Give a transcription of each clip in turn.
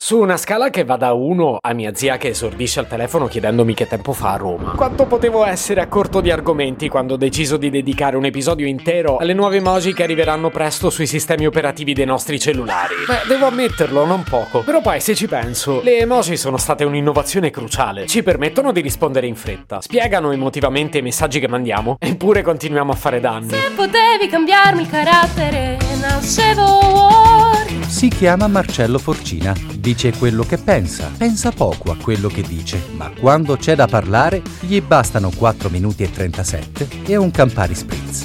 Su una scala che va da 1 a mia zia che esordisce al telefono chiedendomi che tempo fa a Roma. Quanto potevo essere a corto di argomenti quando ho deciso di dedicare un episodio intero alle nuove emoji che arriveranno presto sui sistemi operativi dei nostri cellulari? Beh, devo ammetterlo, non poco. Però poi, se ci penso, le emoji sono state un'innovazione cruciale. Ci permettono di rispondere in fretta, spiegano emotivamente i messaggi che mandiamo, eppure continuiamo a fare danni. Se potevi cambiarmi il carattere, nascevo Word. Si chiama Marcello Forcina, dice quello che pensa poco a quello che dice, ma quando c'è da parlare gli bastano 4 minuti e 37 e un Campari Spritz.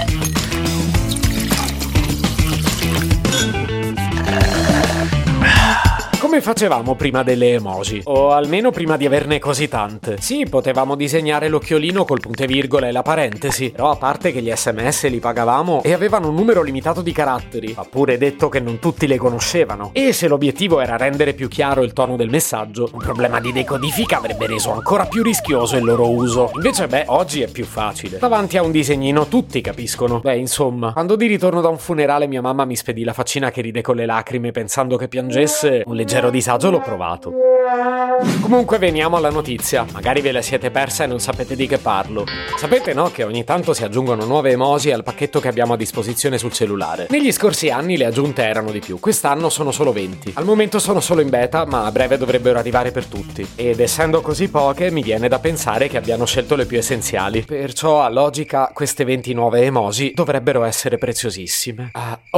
Come facevamo prima delle emoji? O almeno prima di averne così tante. Sì, potevamo disegnare l'occhiolino col punto e virgola e la parentesi, però a parte che gli SMS li pagavamo e avevano un numero limitato di caratteri, ha pure detto che non tutti le conoscevano. E se l'obiettivo era rendere più chiaro il tono del messaggio, un problema di decodifica avrebbe reso ancora più rischioso il loro uso. Invece, oggi è più facile. Davanti a un disegnino tutti capiscono. Insomma, quando di ritorno da un funerale mia mamma mi spedì la faccina che ride con le lacrime pensando che piangesse, un leggero disagio l'ho provato. Comunque veniamo alla notizia. Magari ve la siete persa e non sapete di che parlo. Sapete, no, che ogni tanto si aggiungono nuove emoji al pacchetto che abbiamo a disposizione sul cellulare. Negli scorsi anni le aggiunte erano di più, quest'anno sono solo 20. Al momento sono solo in beta, ma a breve dovrebbero arrivare per tutti. Ed essendo così poche, mi viene da pensare che abbiano scelto le più essenziali. Perciò, a logica, queste 20 nuove emoji dovrebbero essere preziosissime.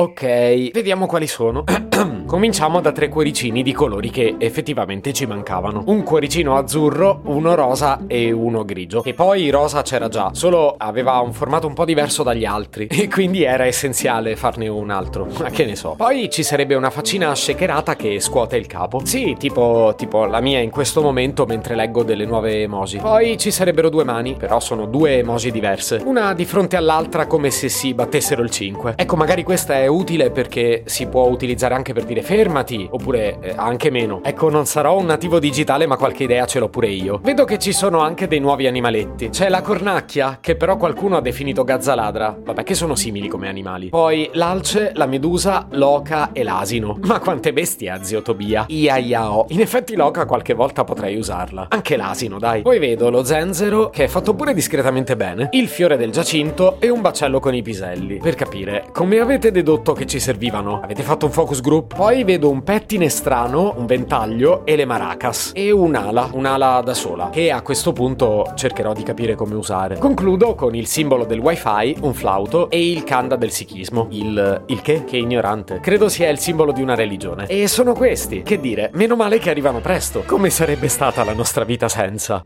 Ok, vediamo quali sono. Cominciamo da 3 cuoricini di colori che effettivamente ci mancavano. Un cuoricino azzurro, uno rosa e uno grigio. E poi rosa c'era già, solo aveva un formato un po' diverso dagli altri e quindi era essenziale farne un altro. Ma che ne so. Poi ci sarebbe una faccina shakerata che scuote il capo. Sì, tipo la mia in questo momento mentre leggo delle nuove emoji. Poi ci sarebbero 2 mani, però sono 2 emoji diverse. Una di fronte all'altra come se si battessero il 5. Ecco, magari questa è utile perché si può utilizzare anche per dire fermati, oppure anche meno. Ecco, non sarò un nativo digitale, ma qualche idea ce l'ho pure io. Vedo che ci sono anche dei nuovi animaletti. C'è la cornacchia, che però qualcuno ha definito gazzaladra. Vabbè, che sono simili come animali. Poi l'alce, la medusa, l'oca e l'asino. Ma quante bestie ha zio Tobia. Iaiao. In effetti l'oca qualche volta potrei usarla. Anche l'asino, dai. Poi vedo lo zenzero, che è fatto pure discretamente bene, il fiore del giacinto e un baccello con i piselli. Per capire, come avete dedotto che ci servivano? Avete fatto un focus group? Poi vedo un pettine strano, un ventaglio e le maracas. E un'ala da sola, che a questo punto cercherò di capire come usare. Concludo con il simbolo del wifi, un flauto e il kanda del sikhismo. Il che? Che ignorante. Credo sia il simbolo di una religione. E sono questi. Che dire, meno male che arrivano presto. Come sarebbe stata la nostra vita senza?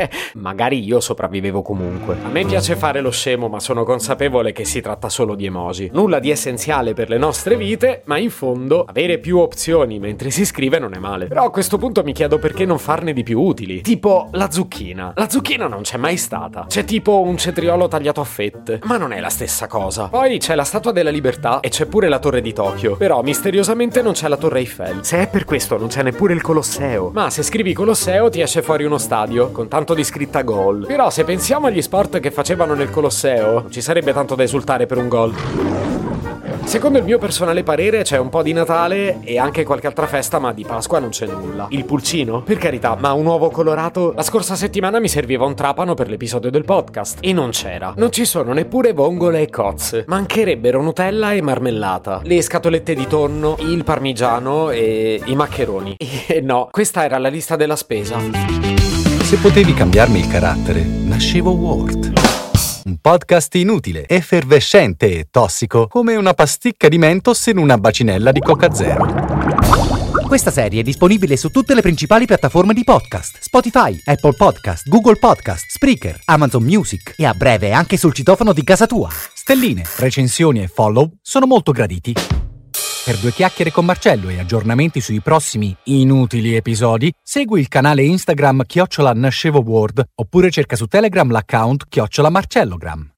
Magari io sopravvivevo comunque. A me piace fare lo scemo, ma sono consapevole che si tratta solo di emoji. Nulla di essenziale per le nostre vite, ma in fondo avere più opzioni mentre si scrive non è male. Però a questo punto mi chiedo perché non farne di più utili. Tipo la zucchina. La zucchina non c'è mai stata. C'è tipo un cetriolo tagliato a fette, ma non è la stessa cosa. Poi c'è la Statua della Libertà e c'è pure la Torre di Tokyo. Però misteriosamente non c'è la Torre Eiffel. Se è per questo non c'è neppure il Colosseo. Ma se scrivi Colosseo ti esce fuori uno stadio con tanto di scritta gol. Però se pensiamo agli sport che facevano nel Colosseo, non ci sarebbe tanto da esultare per un gol. Secondo il mio personale parere c'è un po' di Natale e anche qualche altra festa, ma di Pasqua non c'è nulla. Il pulcino? Per carità, ma un uovo colorato? La scorsa settimana mi serviva un trapano per l'episodio del podcast e non c'era. Non ci sono neppure vongole e cozze. Mancherebbero Nutella e marmellata, le scatolette di tonno, il parmigiano e i maccheroni. E no, questa era la lista della spesa. Se potevi cambiarmi il carattere, nascevo Word. Un podcast inutile, effervescente e tossico, come una pasticca di Mentos in una bacinella di Coca Zero. Questa serie è disponibile su tutte le principali piattaforme di podcast: Spotify, Apple Podcast, Google Podcast, Spreaker, Amazon Music e a breve anche sul citofono di casa tua. Stelline, recensioni e follow sono molto graditi. Per 2 chiacchiere con Marcello e aggiornamenti sui prossimi inutili episodi, segui il canale Instagram @NascevoWord oppure cerca su Telegram l'account @MarcelloGram.